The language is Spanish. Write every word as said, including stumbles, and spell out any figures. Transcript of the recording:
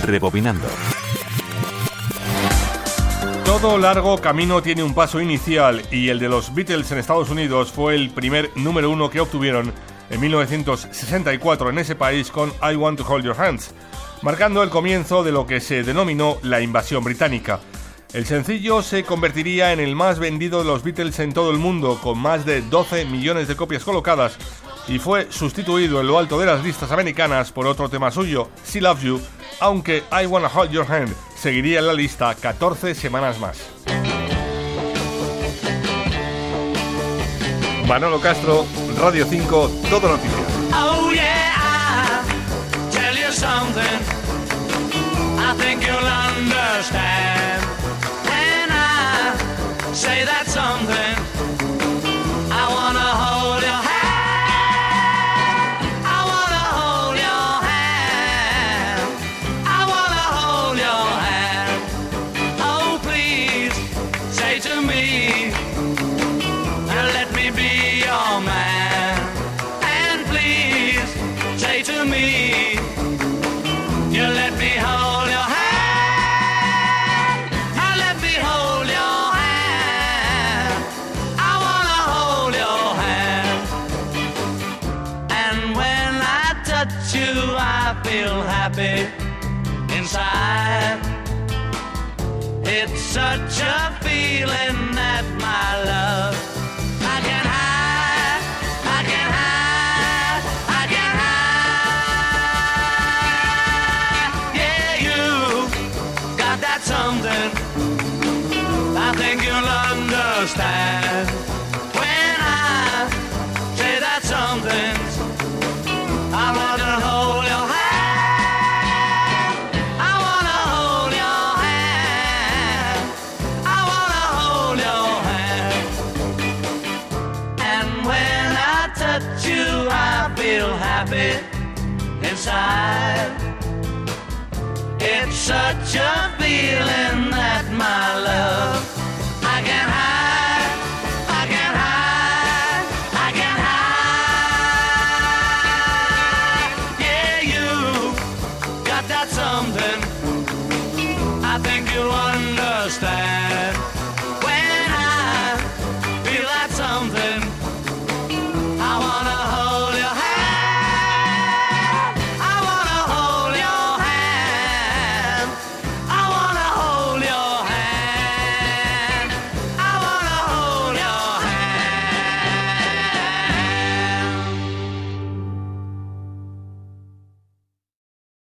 Rebobinando. Todo largo camino tiene un paso inicial y el de los Beatles en Estados Unidos fue el primer número uno que obtuvieron en mil novecientos sesenta y cuatro en ese país con I Want to Hold Your Hands, marcando el comienzo de lo que se denominó la invasión británica. El sencillo se convertiría en el más vendido de los Beatles en todo el mundo, con más de doce millones de copias colocadas, y fue sustituido en lo alto de las listas americanas por otro tema suyo, She Loves You, aunque I Wanna Hold Your Hand seguiría en la lista catorce semanas más. Manolo Castro, Radio cinco, Todo Noticias. Oh yeah, I'll tell you something I think you'll understand when I say that something. I wanna hold your hand. Inside, it's such a feeling that my love I can hide, I can hide, I can hide. Yeah, you got that something I think you'll understand when I say that something. I want to hold your hand. Happy inside, it's such a feeling that my love I can